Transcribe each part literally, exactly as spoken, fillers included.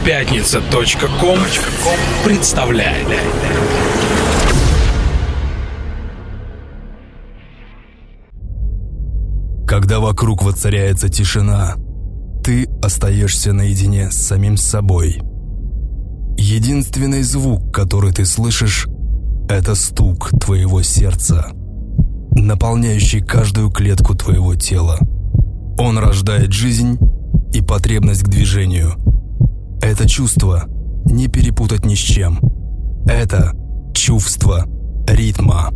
Пятница точка ком представляет. Когда вокруг воцаряется тишина, ты остаешься наедине с самим собой. Единственный звук, который ты слышишь, это стук твоего сердца, наполняющий каждую клетку твоего тела. Он рождает жизнь и потребность к движению. Это чувство не перепутать ни с чем. Это чувство ритма.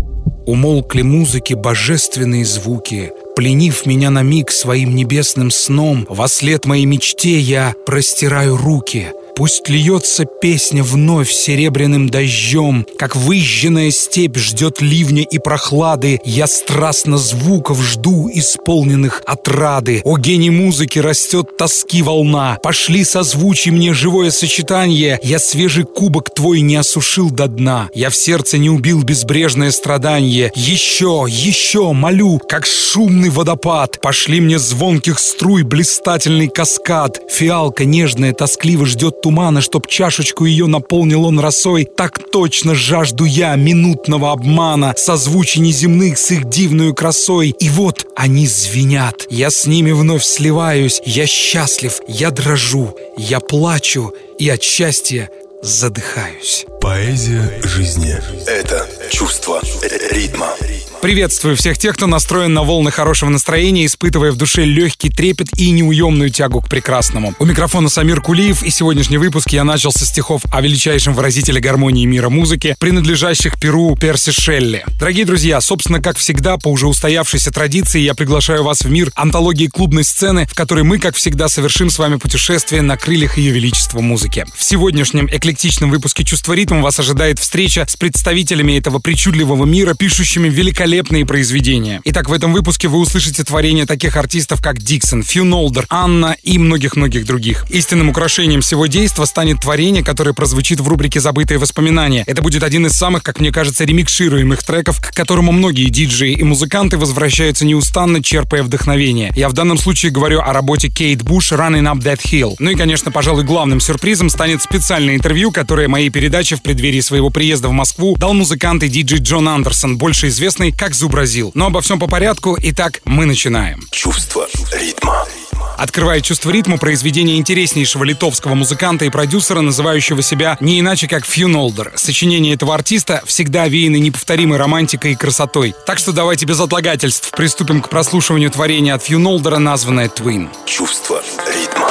Умолкли музыки божественные звуки, пленив меня на миг своим небесным сном, вослед моей мечте я простираю руки. Пусть льется песня вновь серебряным дождем, как выжженная степь ждет ливня и прохлады. Я страстно звуков жду, исполненных отрады. О гений музыки растет тоски волна. Пошли созвучи мне живое сочетание. Я свежий кубок твой не осушил до дна. Я в сердце не убил безбрежное страдание. Еще, еще молю, как шумный водопад. Пошли мне звонких струй блистательный каскад. Фиалка нежная тоскливо ждет тумана, чтоб чашечку ее наполнил он росой. Так точно жажду я минутного обмана, созвучий неземных с их дивную красой. И вот они звенят, я с ними вновь сливаюсь. Я счастлив, я дрожу, я плачу и от счастья задыхаюсь. Поэзия жизни — это чувство ритма. Приветствую всех тех, кто настроен на волны хорошего настроения, испытывая в душе легкий трепет и неуемную тягу к прекрасному. У микрофона Самир Кулиев, и сегодняшний выпуск я начал со стихов о величайшем выразителе гармонии мира музыки, принадлежащих перу Перси Шелли. Дорогие друзья, собственно, как всегда, по уже устоявшейся традиции, я приглашаю вас в мир антологии клубной сцены, в которой мы, как всегда, совершим с вами путешествие на крыльях Ее Величества музыки. В сегодняшнем эклектичном выпуске «Чувство ритма» вас ожидает встреча с представителями этого причудливого мира, пишущими великолепные произведения. Итак, в этом выпуске вы услышите творения таких артистов, как Диксон, Фью Нолдер, Анна и многих-многих других. Истинным украшением всего действа станет творение, которое прозвучит в рубрике «Забытые воспоминания». Это будет один из самых, как мне кажется, ремикшируемых треков, к которому многие диджеи и музыканты возвращаются неустанно, черпая вдохновение. Я в данном случае говорю о работе Кейт Буш «Running Up That Hill». Ну и, конечно, пожалуй, главным сюрпризом станет специальное интервью, которое моей передаче в преддверии своего приезда в Москву дал музыкант и диджей Джон Андерсон, больше известный как Зубразил. Но обо всем по порядку. Итак, мы начинаем. Чувство ритма. Открывает «Чувство ритма» произведение интереснейшего литовского музыканта и продюсера, называющего себя не иначе как Фью Нолдер. Сочинения этого артиста всегда овеяны неповторимой романтикой и красотой. Так что давайте без отлагательств приступим к прослушиванию творения от Фью Нолдера, названное «Twin». Чувство ритма.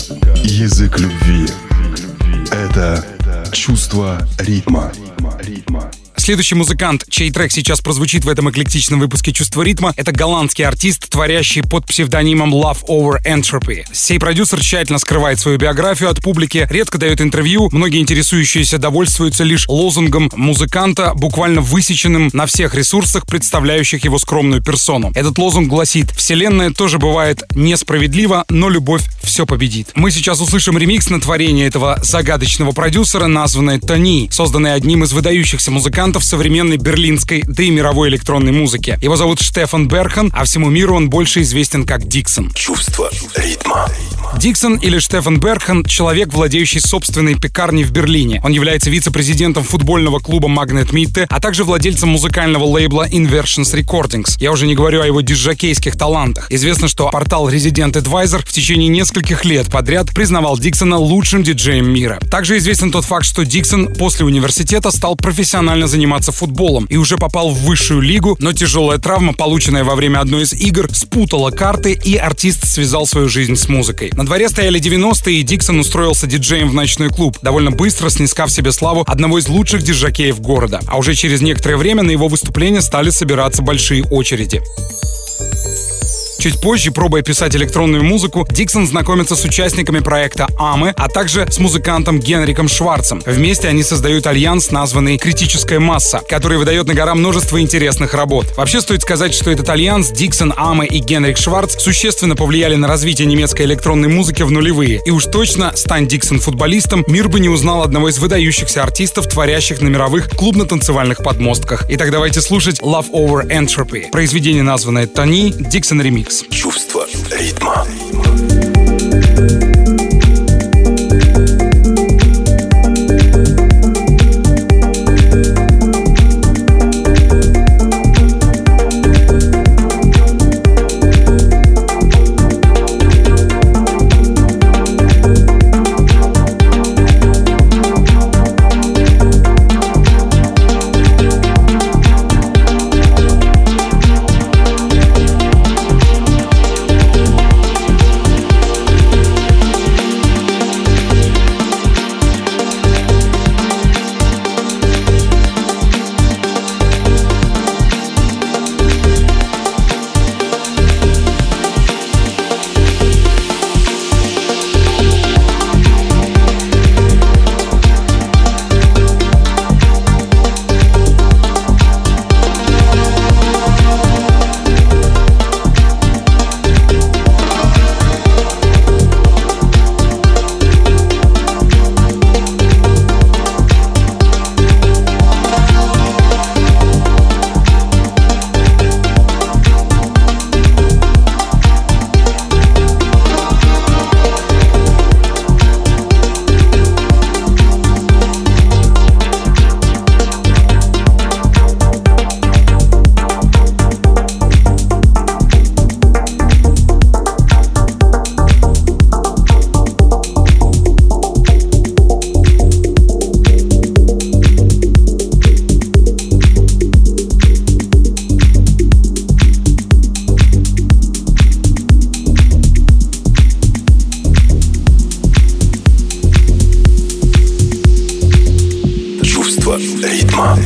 — язык любви. Это чувство ритма. Следующий музыкант, чей трек сейчас прозвучит в этом эклектичном выпуске «Чувство ритма», это голландский артист, творящий под псевдонимом Love Over Entropy. Сей продюсер тщательно скрывает свою биографию от публики, редко дает интервью, многие интересующиеся довольствуются лишь лозунгом музыканта, буквально высеченным на всех ресурсах, представляющих его скромную персону. Этот лозунг гласит: «Вселенная тоже бывает несправедлива, но любовь все победит». Мы сейчас услышим ремикс на творение этого загадочного продюсера, названное «Тони», созданное одним из выдающихся музыкантов современной берлинской, да и мировой электронной музыки. Его зовут Штефан Берхан, а всему миру он больше известен как Диксон. Чувство ритма. Диксон или Штефан Берхан — человек, владеющий собственной пекарней в Берлине. Он является вице-президентом футбольного клуба Magnet Mitte, а также владельцем музыкального лейбла Inversions Recordings. Я уже не говорю о его диджакейских талантах. Известно, что портал Resident Advisor в течение нескольких лет подряд признавал Диксона лучшим диджеем мира. Также известен тот факт, что Диксон после университета стал профессионально заниматься футболом и уже попал в высшую лигу, но тяжелая травма, полученная во время одной из игр, спутала карты, и артист связал свою жизнь с музыкой. На дворе стояли девяностые, и Диксон устроился диджеем в ночной клуб, довольно быстро снискав себе славу одного из лучших диджакеев города. А уже через некоторое время на его выступления стали собираться большие очереди. Чуть позже, пробуя писать электронную музыку, Диксон знакомится с участниками проекта Аме, а также с музыкантом Генриком Шварцем. Вместе они создают альянс, названный «Критическая масса», который выдает на гора множество интересных работ. Вообще стоит сказать, что этот альянс, Диксон, Аме и Генрик Шварц, существенно повлияли на развитие немецкой электронной музыки в нулевые. И уж точно, стань Диксон футболистом, мир бы не узнал одного из выдающихся артистов, творящих на мировых клубно-танцевальных подмостках. Итак, давайте слушать Love Over Entropy. Произведение, названное «Тони», Диксон ремикс. Чувство ритма. ритма.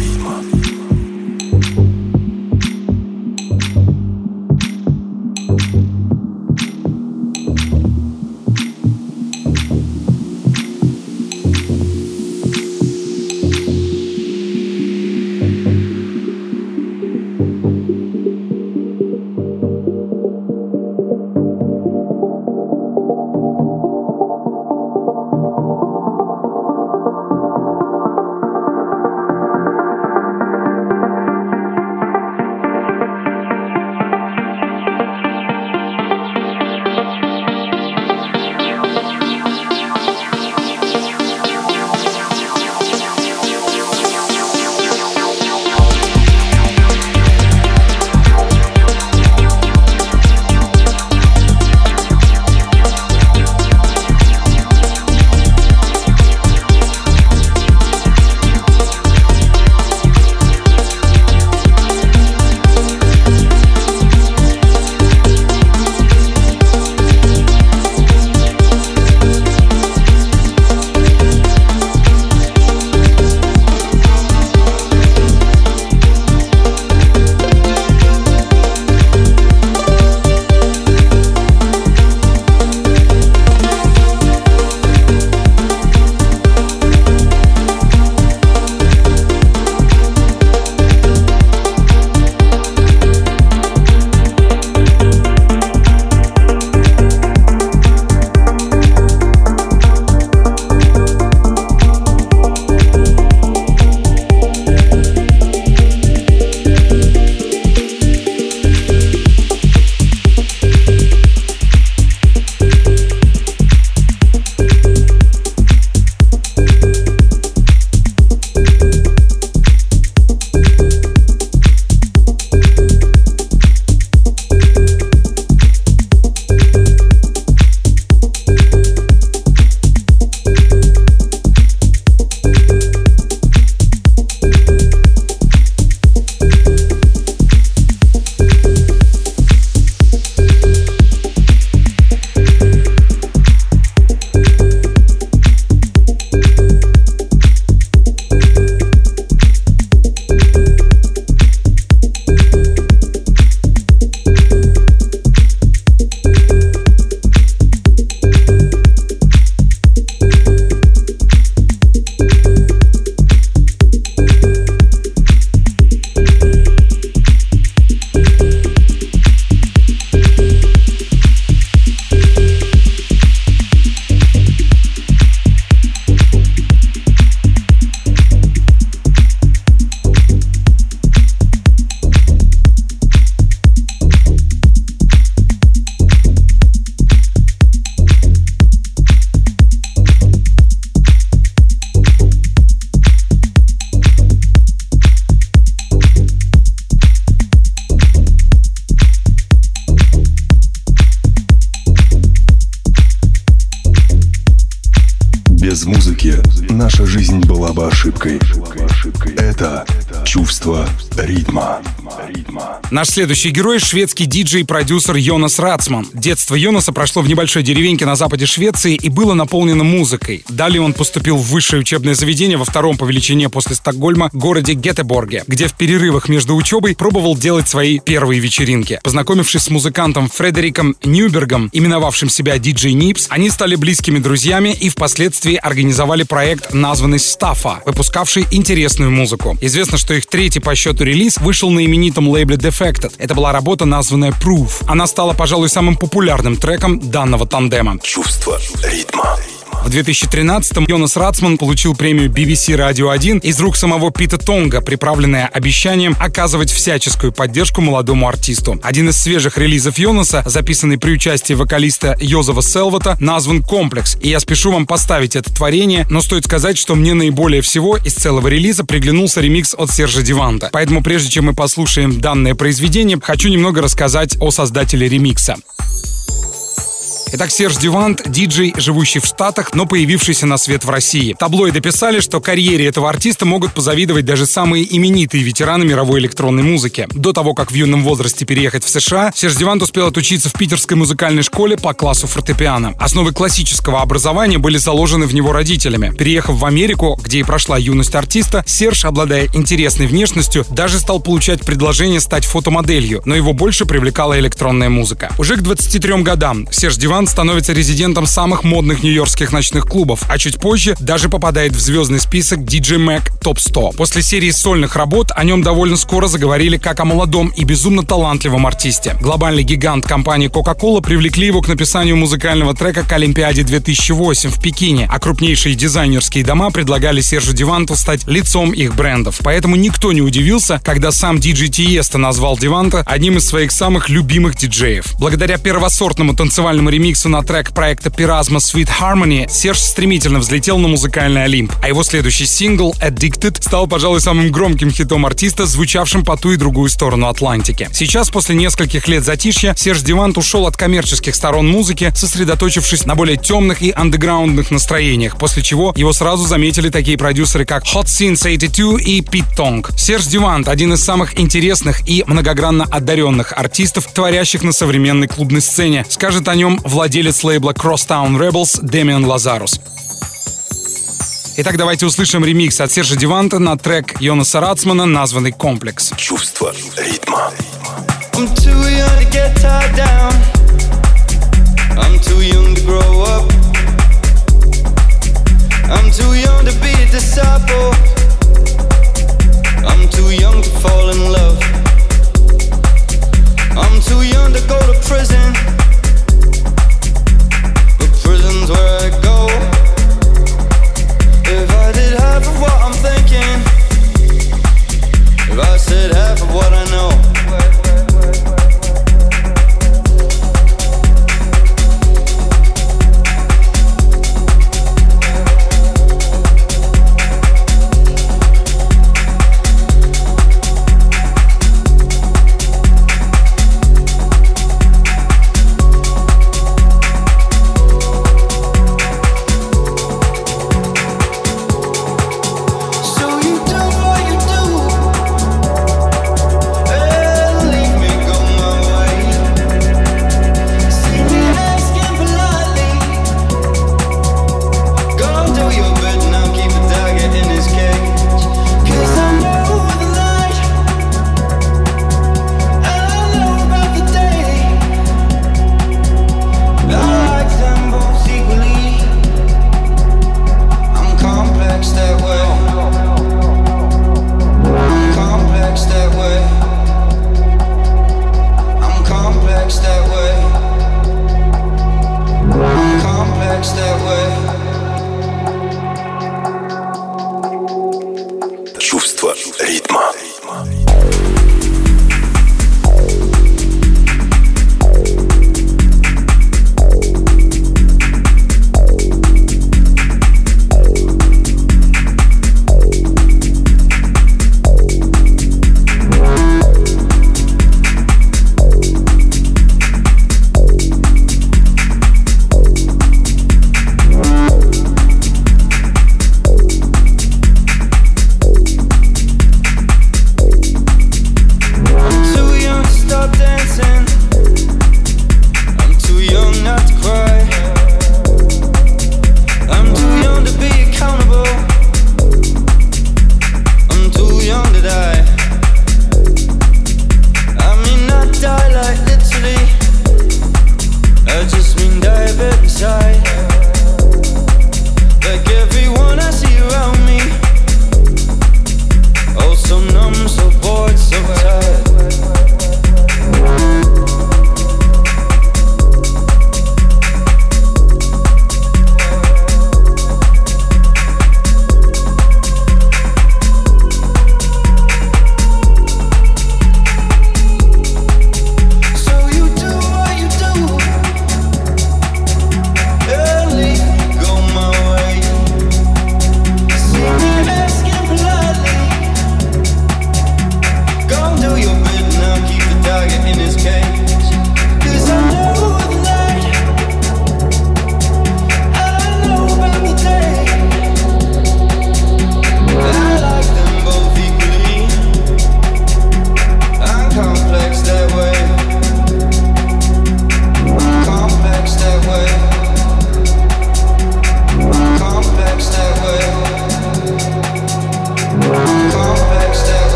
Без музыки наша жизнь была бы ошибкой. Это чувство ритма. Наш следующий герой — шведский диджей и продюсер Йонас Рацман. Детство Йонаса прошло в небольшой деревеньке на западе Швеции и было наполнено музыкой. Далее он поступил в высшее учебное заведение во втором по величине после Стокгольма городе Гетеборге, где в перерывах между учебой пробовал делать свои первые вечеринки. Познакомившись с музыкантом Фредериком Ньюбергом, именовавшим себя диджей Нипс, они стали близкими друзьями и впоследствии организовали проект, названный Стаффа, выпускавший интересную музыку. Известно, что их третий по счету релиз вышел на именитом лейбле Defected. Это была работа, названная Proof. Она стала, пожалуй, самым популярным треком данного тандема. Чувство ритма. В две тысячи тринадцатом Йонас Рацман получил премию би би си Radio один из рук самого Пита Тонга, приправленная обещанием оказывать всяческую поддержку молодому артисту. Один из свежих релизов Йонаса, записанный при участии вокалиста Йозефа Селвата, назван «Комплекс», и я спешу вам поставить это творение, но стоит сказать, что мне наиболее всего из целого релиза приглянулся ремикс от Сержа Диванта. Поэтому прежде чем мы послушаем данное произведение, хочу немного рассказать о создателе ремикса. Итак, Серж Дивант — диджей, живущий в Штатах, но появившийся на свет в России. Таблоиды писали, что карьере этого артиста могут позавидовать даже самые именитые ветераны мировой электронной музыки. До того, как в юном возрасте переехать в США, Серж Дивант успел отучиться в питерской музыкальной школе по классу фортепиано. Основы классического образования были заложены в него родителями. Переехав в Америку, где и прошла юность артиста, Серж, обладая интересной внешностью, даже стал получать предложение стать фотомоделью, но его больше привлекала электронная музыка. Уже к двадцати трём годам Серж Дивант становится резидентом самых модных нью-йоркских ночных клубов, а чуть позже даже попадает в звездный список ди джей Mag топ сто. После серии сольных работ о нем довольно скоро заговорили как о молодом и безумно талантливом артисте. Глобальный гигант компании Coca-Cola привлекли его к написанию музыкального трека к Олимпиаде две тысячи восемь в Пекине, а крупнейшие дизайнерские дома предлагали Сержу Диванту стать лицом их брендов. Поэтому никто не удивился, когда сам диджей Тиесто назвал Диванта одним из своих самых любимых диджеев. Благодаря первосортному танцевальному ремиксу на трек проекта Pirasma Sweet Harmony Серж стремительно взлетел на музыкальный Олимп, а его следующий сингл Addicted стал, пожалуй, самым громким хитом артиста, звучавшим по ту и другую сторону Атлантики. Сейчас, после нескольких лет затишья, Серж Дивант ушел от коммерческих сторон музыки, сосредоточившись на более темных и андеграундных настроениях, после чего его сразу заметили такие продюсеры, как Hot Scenes восемьдесят два и Пит Тонг. Серж Дивант — один из самых интересных и многогранно одаренных артистов, творящих на современной клубной сцене, скажет о нем владелец лейбла Crosstown Rebels Демиан Лазарус. Итак, давайте услышим ремикс от Сержа Диванта на трек Йонаса Рацмана, названный «Комплекс». Чувство ритма. I'm too young to get tied down. I'm too young to grow up. I'm too young to be a disciple. I'm too young to fall in love. I'm too young to go to prison. But prison's where I go. If I did half of what I'm thinking, if I said half of what I know,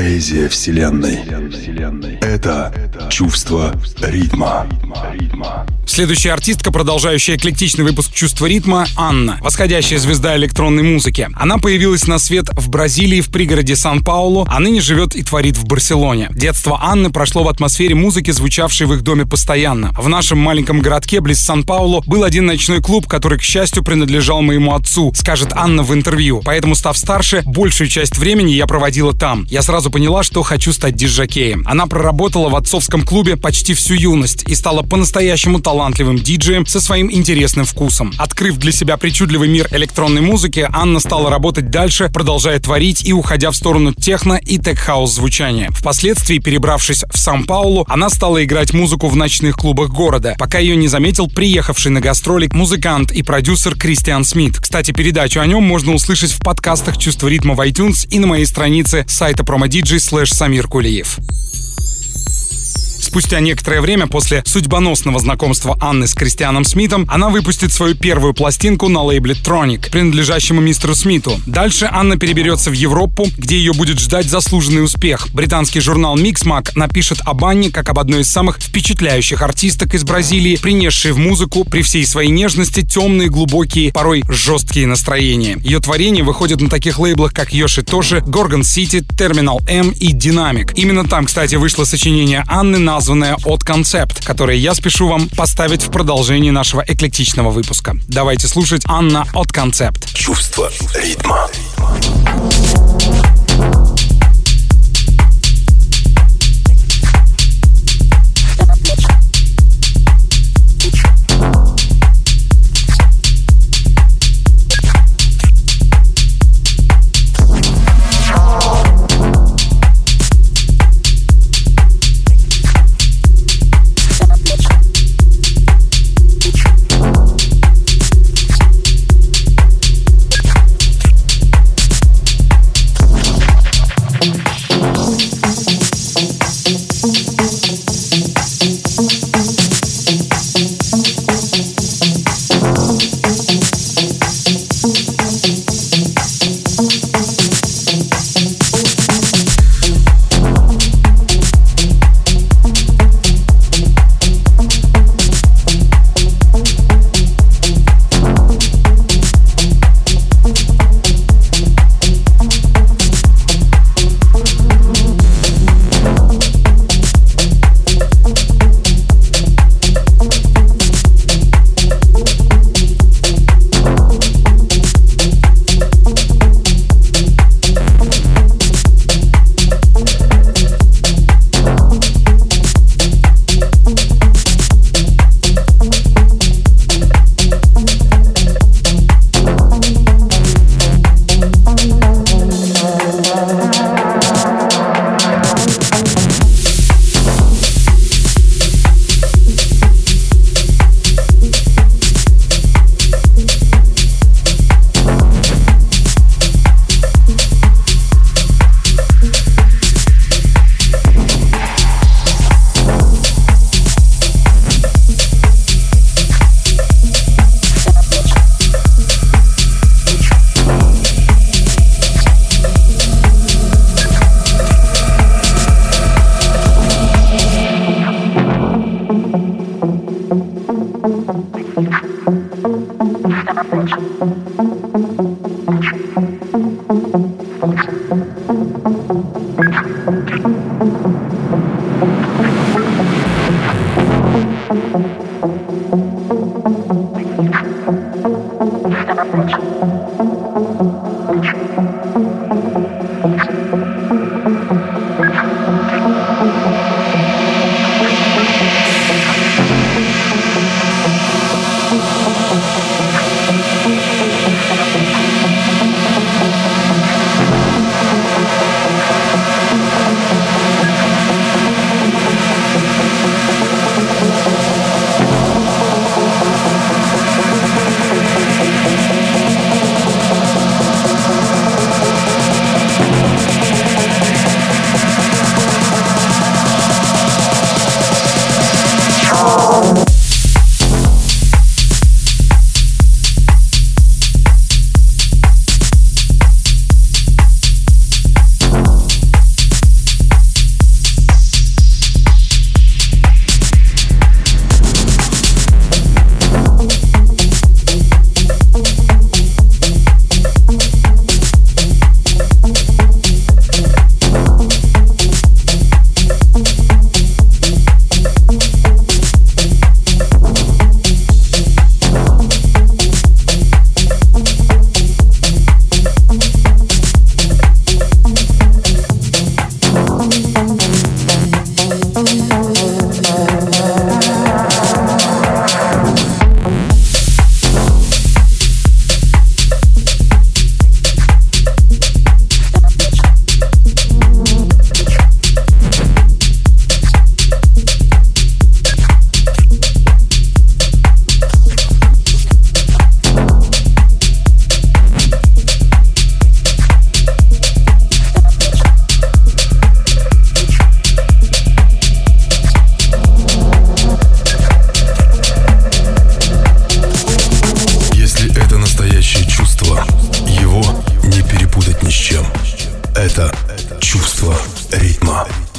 Поэзия Вселенной. Это чувство ритма. Следующая артистка, продолжающая эклектичный выпуск «Чувства ритма», Анна, восходящая звезда электронной музыки. Она появилась на свет в Бразилии, в пригороде Сан-Паулу, а ныне живет и творит в Барселоне. Детство Анны прошло в атмосфере музыки, звучавшей в их доме постоянно. В нашем маленьком городке близ Сан-Паулу был один ночной клуб, который, к счастью, принадлежал моему отцу, скажет Анна в интервью. Поэтому, став старше, большую часть времени я проводила там. Я сразу поняла, что хочу стать диджокеем. Она проработала в отцовском клубе почти всю юность и стала по-настоящему талантливым диджеем со своим интересным вкусом. Открыв для себя причудливый мир электронной музыки, Анна стала работать дальше, продолжая творить и уходя в сторону техно и тех-хаус звучания. Впоследствии, перебравшись в Сан-Паулу, она стала играть музыку в ночных клубах города, пока ее не заметил приехавший на гастроли музыкант и продюсер Кристиан Смит. Кстати, передачу о нем можно услышать в подкастах «Чувство ритма» в iTunes и на моей странице сайта promodj слэш Самир Кулиев. Спустя некоторое время после судьбоносного знакомства Анны с Кристианом Смитом она выпустит свою первую пластинку на лейбле Tronic, принадлежащему мистеру Смиту. Дальше Анна переберется в Европу, где ее будет ждать заслуженный успех. Британский журнал Mixmag напишет об Анне как об одной из самых впечатляющих артисток из Бразилии, принесшей в музыку при всей своей нежности темные, глубокие, порой жесткие настроения. Ее творения выходят на таких лейблах, как Yoshitoshi, Gorgon City, Terminal M и Dynamic. Именно там, кстати, вышло сочинение Анны, названное «От Концепт», которое я спешу вам поставить в продолжении нашего эклектичного выпуска. Давайте слушать Анна «От Концепт». Чувство ритма.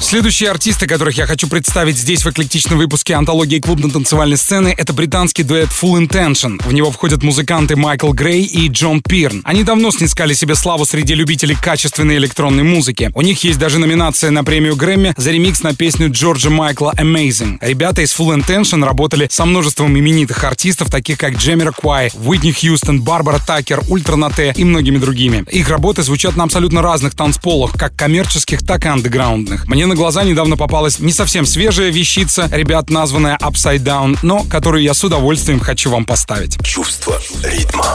Следующие артисты, которых я хочу представить здесь в эклектичном выпуске антологии клубно-танцевальной сцены, это британский дуэт Full Intention. В него входят музыканты Майкл Грей и Джон Пирн. Они давно снискали себе славу среди любителей качественной электронной музыки. У них есть даже номинация на премию Грэмми за ремикс на песню Джорджа Майкла «Amazing». Ребята из Full Intention работали со множеством именитых артистов, таких как Джамироквай, Уитни Хьюстон, Барбара Такер, Ультранате и многими другими. Их работы звучат на абсолютно разных танцполах, как коммерческих, так и андеграундных. Мне на глаза недавно попалась не совсем свежая вещица, ребят, названная Upside Down, но которую я с удовольствием хочу вам поставить. Чувство ритма.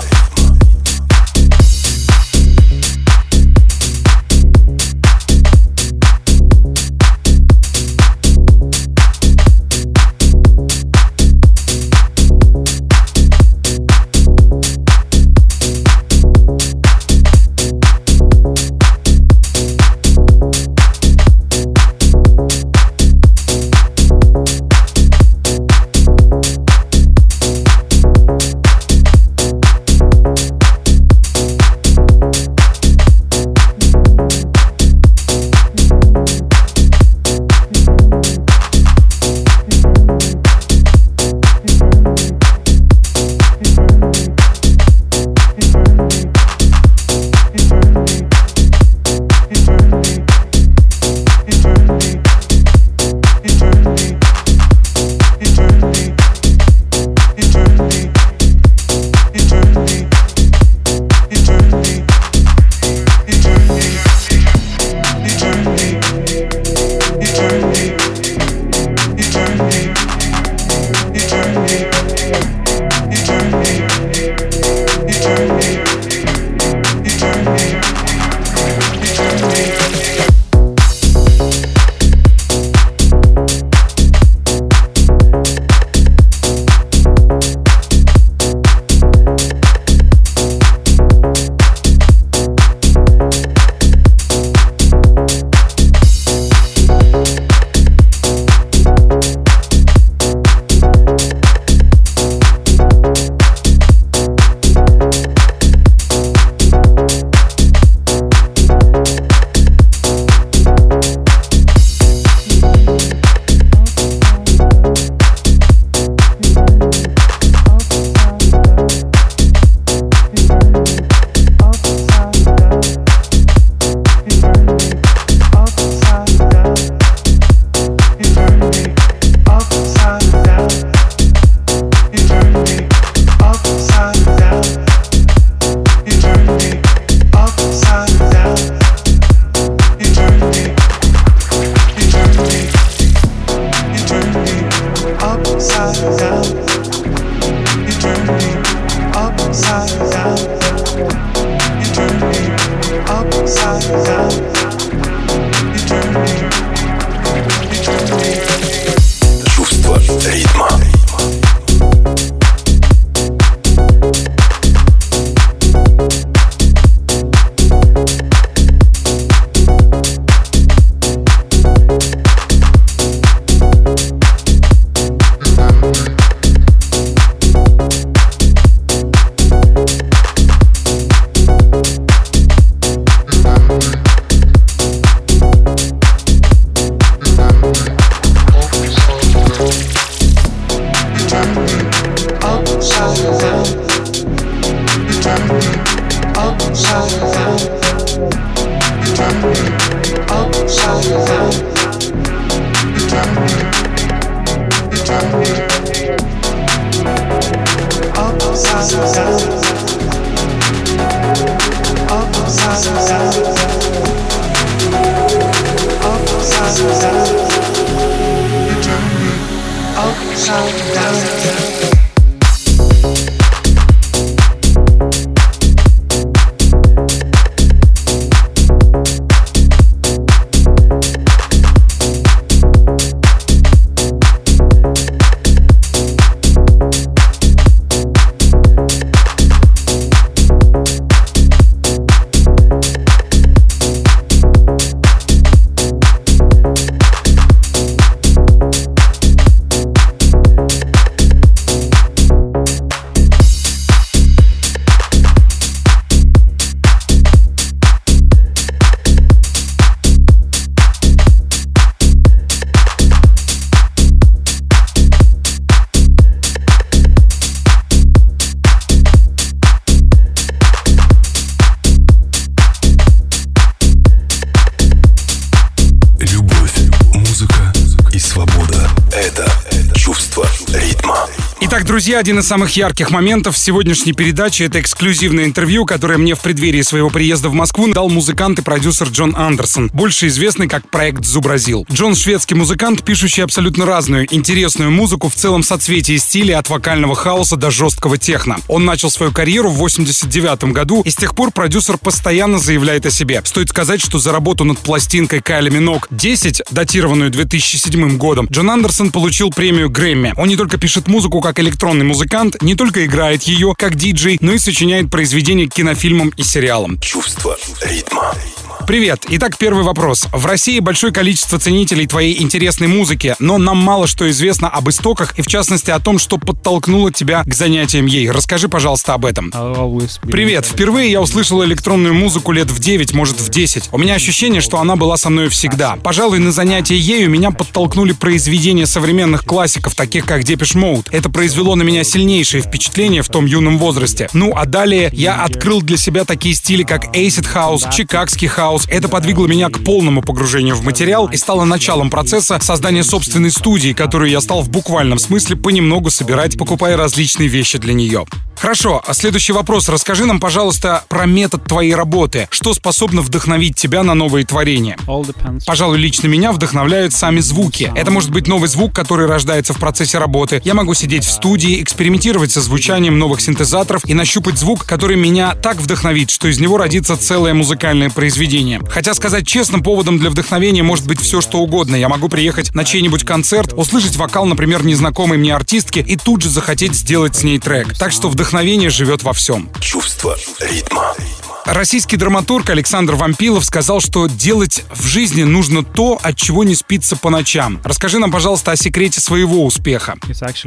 друзья, один из самых ярких моментов сегодняшней передачи — это эксклюзивное интервью, которое мне в преддверии своего приезда в Москву дал музыкант и продюсер Джон Андерсон, больше известный как проект «Зубразил». Джон — шведский музыкант, пишущий абсолютно разную, интересную музыку в целом соцветии стиля от вокального хаоса до жесткого техно. Он начал свою карьеру в восемьдесят девятом году, и с тех пор продюсер постоянно заявляет о себе. Стоит сказать, что за работу над пластинкой Кайли Миног десять, датированную две тысячи седьмым годом, Джон Андерсон получил премию Грэмми. Он не только пишет музыку как электронный музыкант, не только играет ее как диджей, но и сочиняет произведения к кинофильмам и сериалам. Чувство ритма. Привет. Итак, первый вопрос. В России большое количество ценителей твоей интересной музыки, но нам мало что известно об истоках и, в частности, о том, что подтолкнуло тебя к занятиям ей. Расскажи, пожалуйста, об этом. Привет. Впервые я услышал электронную музыку лет в девять, может, в десять. У меня ощущение, что она была со мной всегда. Пожалуй, на занятия ею меня подтолкнули произведения современных классиков, таких как Depeche Mode. Это произвело на меня сильнейшее впечатление в том юном возрасте. Ну, а далее я открыл для себя такие стили, как Acid House, Чикагский хаус. Это подвигло меня к полному погружению в материал и стало началом процесса создания собственной студии, которую я стал в буквальном смысле понемногу собирать, покупая различные вещи для нее. Хорошо, а следующий вопрос. Расскажи нам, пожалуйста, про метод твоей работы. Что способно вдохновить тебя на новые творения? Пожалуй, лично меня вдохновляют сами звуки. Это может быть новый звук, который рождается в процессе работы. Я могу сидеть в студии, экспериментировать со звучанием новых синтезаторов и нащупать звук, который меня так вдохновит, что из него родится целое музыкальное произведение. Хотя, сказать честно, поводом для вдохновения может быть все, что угодно. Я могу приехать на чей-нибудь концерт, услышать вокал, например, незнакомой мне артистки и тут же захотеть сделать с ней трек. Так что вдохновение живет во всем. Чувство ритма. Российский драматург Александр Вампилов сказал, что делать в жизни нужно то, от чего не спится по ночам. Расскажи нам, пожалуйста, о секрете своего успеха.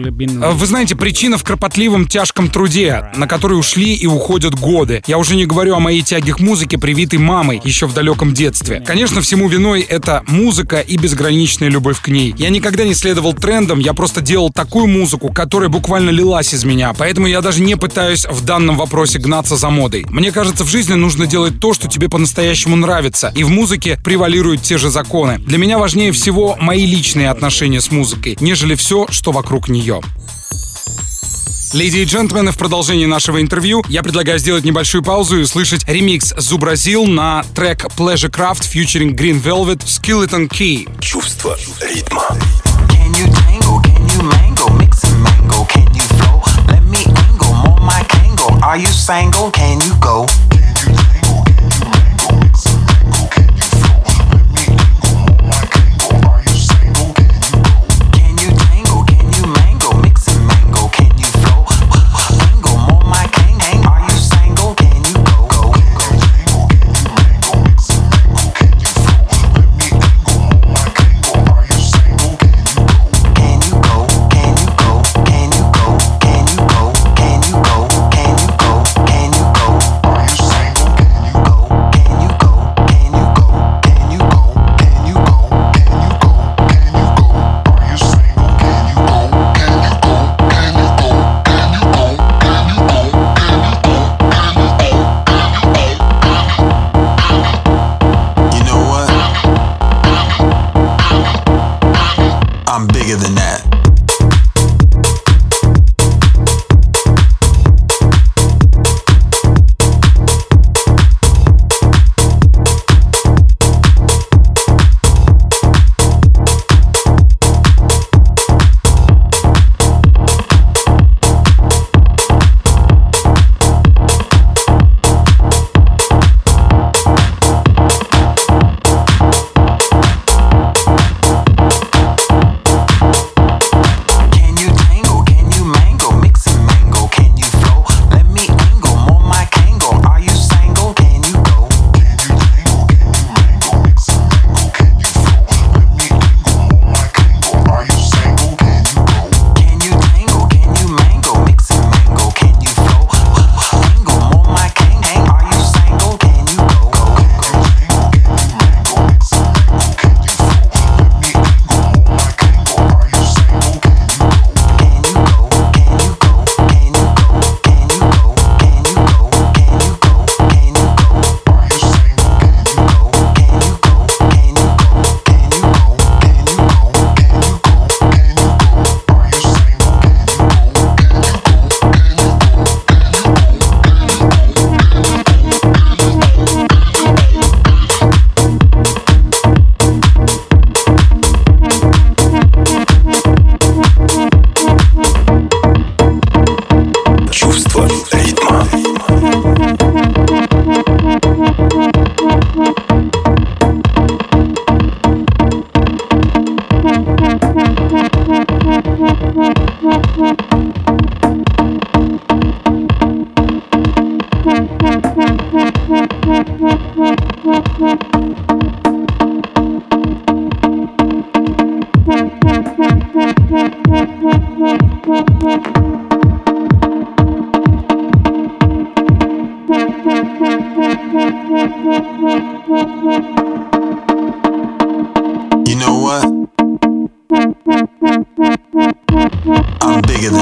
Вы знаете, причина в кропотливом, тяжком труде, на который ушли и уходят годы. Я уже не говорю о моей тяге к музыке, привитой мамой еще в далеком детстве. Конечно, всему виной это музыка и безграничная любовь к ней. Я никогда не следовал трендам, я просто делал такую музыку, которая буквально лилась из меня. Поэтому я даже не пытаюсь в данном вопросе гнаться за модой. Мне кажется, в жизни нужно делать то, что тебе по-настоящему нравится, и в музыке превалируют те же законы. Для меня важнее всего мои личные отношения с музыкой, нежели все, что вокруг нее. Леди и джентльмены, в продолжении нашего интервью я предлагаю сделать небольшую паузу и услышать ремикс «Зубразил» на трек Pleasure Craft featuring Green Velvet Skeleton Key. Чувство ритма. Can you tango? Can you mango? Mix and mango. Can you flow? Let me angle more my kango. Are you single? Can you go?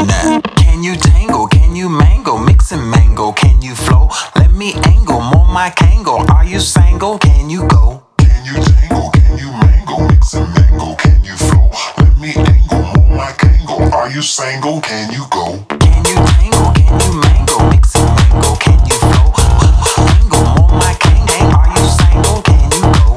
now. Can you tango? Can you mango? Mix and mango. Can you flow? Let me angle more my Kango. Are you single? Can you go? Can you tango? Can you mango? Mix and mango. Can you flow? Let me angle more my Kango. Are you single? Can you go? Can you tango? Can you mango? Mix and mango. Can you flow? Angle more my Kango. Are you single? Can you go?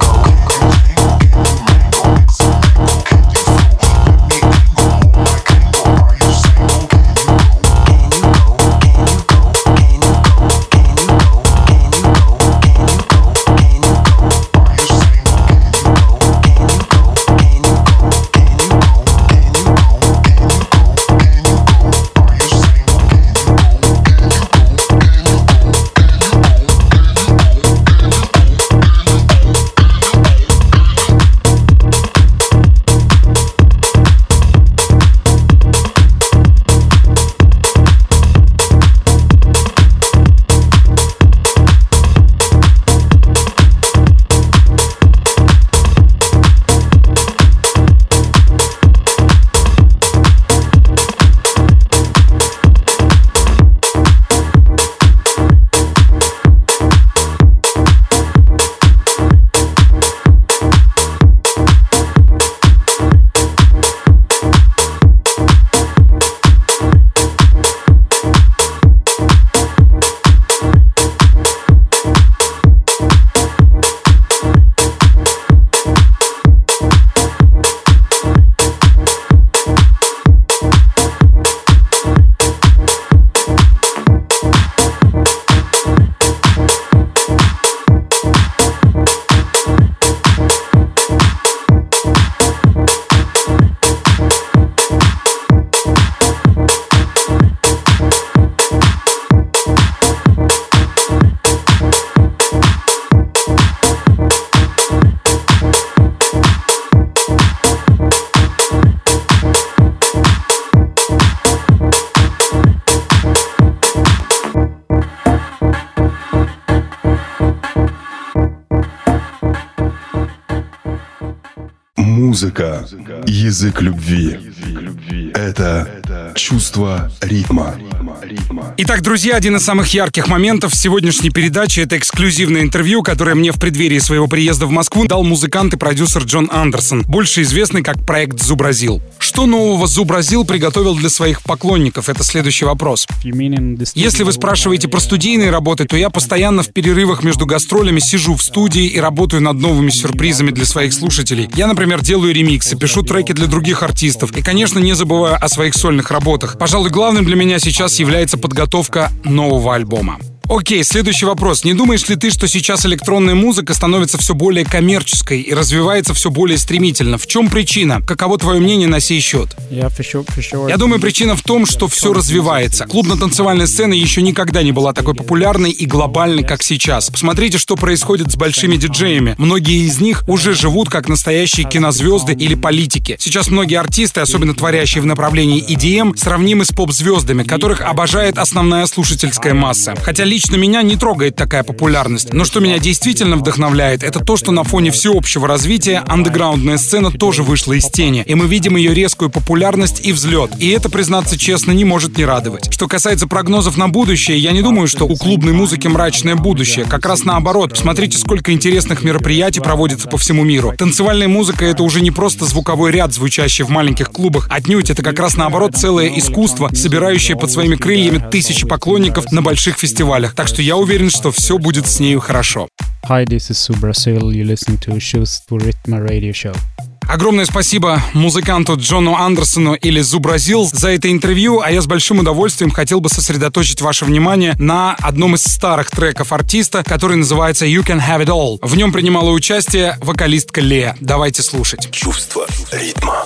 Музыка – язык любви. Это чувство ритма. Итак, друзья, один из самых ярких моментов сегодняшней передачи — это эксклюзивное интервью, которое мне в преддверии своего приезда в Москву дал музыкант и продюсер Джон Андерсон, больше известный как проект «Зубразил». Что нового «Зубразил» приготовил для своих поклонников? Это следующий вопрос. Если вы спрашиваете про студийные работы, то я постоянно в перерывах между гастролями сижу в студии и работаю над новыми сюрпризами для своих слушателей. Я, например, делаю ремиксы, пишу треки для других артистов и, конечно, не забываю о своих сольных работах. Пожалуй, главным для меня сейчас является подготовка нового альбома. Окей, следующий вопрос. Не думаешь ли ты, что сейчас электронная музыка становится все более коммерческой и развивается все более стремительно? В чем причина? Каково твое мнение на сей счет? Yeah, for sure, for sure. Я думаю, причина в том, что все развивается. Клубно-танцевальная сцена еще никогда не была такой популярной и глобальной, как сейчас. Посмотрите, что происходит с большими диджеями. Многие из них уже живут как настоящие кинозвезды или политики. Сейчас многие артисты, особенно творящие в направлении и ди эм, сравнимы с поп-звездами, которых обожает основная слушательская масса. Хотя лично меня не трогает такая популярность. Но что меня действительно вдохновляет, это то, что на фоне всеобщего развития андеграундная сцена тоже вышла из тени, и мы видим ее резкую популярность и взлет. И это, признаться честно, не может не радовать. Что касается прогнозов на будущее, я не думаю, что у клубной музыки мрачное будущее. Как раз наоборот. Посмотрите, сколько интересных мероприятий проводится по всему миру. Танцевальная музыка — это уже не просто звуковой ряд, звучащий в маленьких клубах. Отнюдь, это как раз наоборот целое искусство, собирающее под своими крыльями тысячи поклонников на больших фестивалях. Так что я уверен, что все будет с нею хорошо. Hi, this is Zubrazil. You're listening to Чувство ритма radio show. Огромное спасибо музыканту Джону Андерсону или Зубразил за это интервью, а я с большим удовольствием хотел бы сосредоточить ваше внимание на одном из старых треков артиста, который называется You Can Have It All. В нем принимала участие вокалистка Лея. Давайте слушать. Чувство ритма.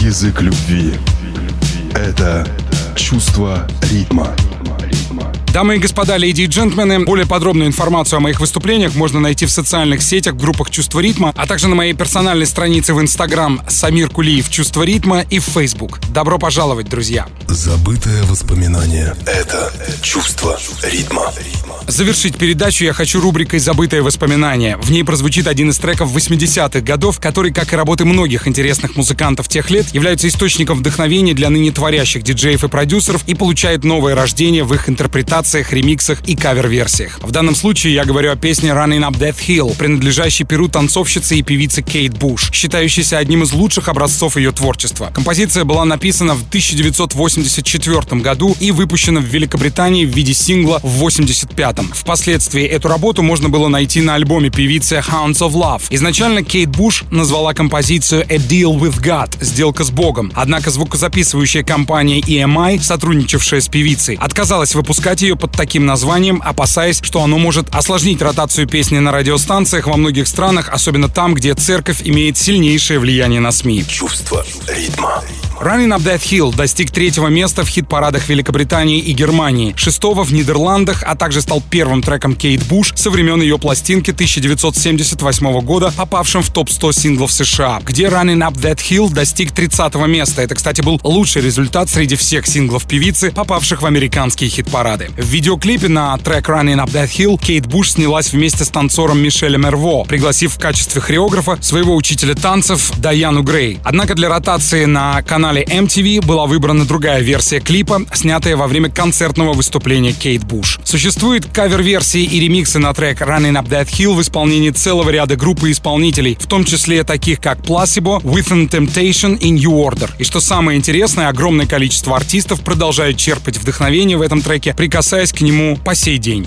язык любви. Это чувство ритма. Дамы и господа, леди и джентльмены, более подробную информацию о моих выступлениях можно найти в социальных сетях, в группах «Чувство ритма», а также на моей персональной странице в Инстаграм Самир Кулиев «Чувство ритма» и в Фейсбук. Добро пожаловать, друзья! Забытое воспоминание. Это чувство ритма. Завершить передачу я хочу рубрикой «Забытое воспоминание». В ней прозвучит один из треков восьмидесятых годов, который, как и работы многих интересных музыкантов тех лет, является источником вдохновения для ныне творящих диджеев и продюсеров и получает новое рождение в их интерпретациях, ремиксах и кавер-версиях. В данном случае я говорю о песне «Running Up That Hill», принадлежащей перу танцовщицы и певицы Кейт Буш, считающейся одним из лучших образцов ее творчества. Композиция была написана в тысяча девятьсот восемьдесят четвёртом году и выпущена в Великобритании в виде сингла в восемьдесят пятом. Впоследствии эту работу можно было найти на альбоме певицы Hounds of Love. Изначально Кейт Буш назвала композицию «A Deal with God» — «Сделка с Богом». Однако звукозаписывающая компания и эм ай, сотрудничавшая с певицей, отказалась выпускать ее под таким названием, опасаясь, что оно может осложнить ротацию песни на радиостанциях во многих странах, особенно там, где церковь имеет сильнейшее влияние на СМИ. Чувство ритма. Running Up That Hill достиг третьего места в хит-парадах Великобритании и Германии, шестого в Нидерландах, а также стал первым треком Кейт Буш со времен ее пластинки тысяча девятьсот семьдесят восьмого года, попавшим в топ сто синглов США, где Running Up That Hill достиг тридцатого места. Это, кстати, был лучший результат среди всех синглов певицы, попавших в американские хит-парады. В видеоклипе на трек Running Up That Hill Кейт Буш снялась вместе с танцором Мишелем Эрво, пригласив в качестве хореографа своего учителя танцев Дайану Грей. Однако для ротации на канале эм ти ви была выбрана другая версия клипа, снятая во время концертного выступления Кейт Буш. Существуют кавер-версии и ремиксы на трек Running Up That Hill в исполнении целого ряда групп и исполнителей, в том числе таких как Placebo, Within Temptation и New Order. И что самое интересное, огромное количество артистов продолжают черпать вдохновение в этом треке, прикасаясь к нему по сей день.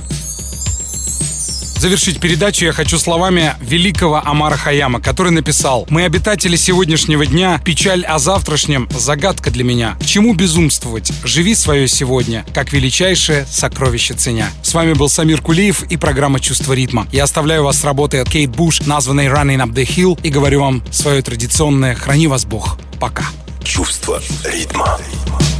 Завершить передачу я хочу словами великого Омара Хайяма, который написал: «Мы, обитатели сегодняшнего дня, печаль о завтрашнем, загадка для меня. К чему безумствовать? Живи свое сегодня, как величайшее сокровище ценя». С вами был Самир Кулиев и программа «Чувство ритма». Я оставляю вас с работой от Кейт Буш, названной Running Up The Hill, и говорю вам свое традиционное «Храни вас Бог». Пока. Чувство ритма.